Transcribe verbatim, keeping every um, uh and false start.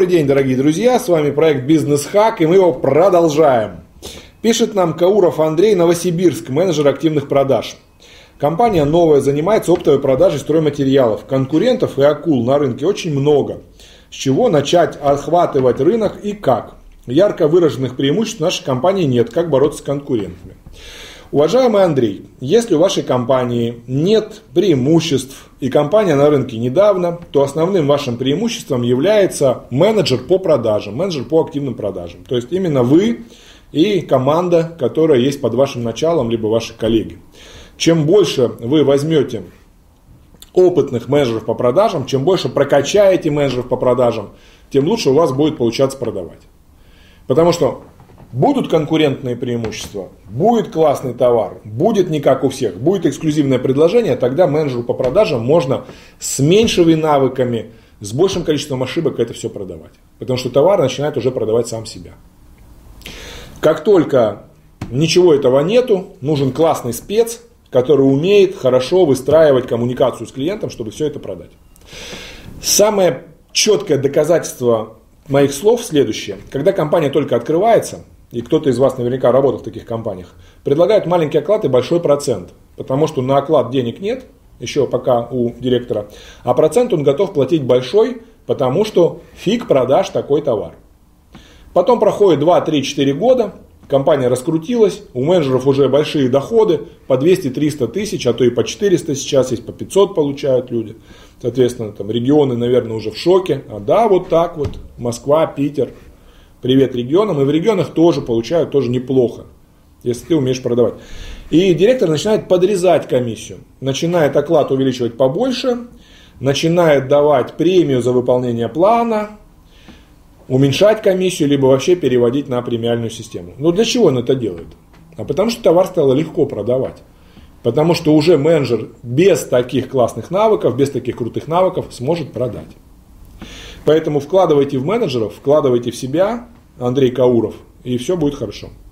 Добрый день, дорогие друзья, с вами проект «Бизнес-хак», и мы его продолжаем. Пишет нам Кауров Андрей, Новосибирск, менеджер активных продаж. Компания новая, занимается оптовой продажей стройматериалов. Конкурентов и акул на рынке очень много. С чего начать охватывать рынок и как? Ярко выраженных преимуществ нашей компании нет. Как бороться с конкурентами? Уважаемый Андрей, если у вашей компании нет преимуществ и компания на рынке недавно, то основным вашим преимуществом является менеджер по продажам, менеджер по активным продажам. То есть именно вы и команда, которая есть под вашим началом, либо ваши коллеги. Чем больше вы возьмете опытных менеджеров по продажам, чем больше прокачаете менеджеров по продажам, тем лучше у вас будет получаться продавать. Потому что будут конкурентные преимущества, будет классный товар, будет не как у всех, будет эксклюзивное предложение, тогда менеджеру по продажам можно с меньшими навыками, с большим количеством ошибок это все продавать. Потому что товар начинает уже продавать сам себя. Как только ничего этого нету, нужен классный спец, который умеет хорошо выстраивать коммуникацию с клиентом, чтобы все это продать. Самое четкое доказательство моих слов следующее. Когда компания только открывается, и кто-то из вас наверняка работал в таких компаниях, предлагают маленький оклад и большой процент. Потому что на оклад денег нет, еще пока у директора, а процент он готов платить большой, потому что фиг продашь такой товар. Потом проходит два, три, четыре года, компания раскрутилась, у менеджеров уже большие доходы, по двести-триста тысяч, а то и по четыреста сейчас есть, по пятьсот получают люди. Соответственно, там регионы, наверное, уже в шоке. А да, вот так вот, Москва, Питер. Привет регионам. И в регионах тоже получают тоже неплохо, если ты умеешь продавать. И директор начинает подрезать комиссию. Начинает оклад увеличивать побольше. Начинает давать премию за выполнение плана. Уменьшать комиссию, либо вообще переводить на премиальную систему. Но для чего он это делает? А потому что товар стало легко продавать. Потому что уже менеджер без таких классных навыков, без таких крутых навыков сможет продать. Поэтому вкладывайте в менеджеров, вкладывайте в себя, Андрей Кауров, и все будет хорошо.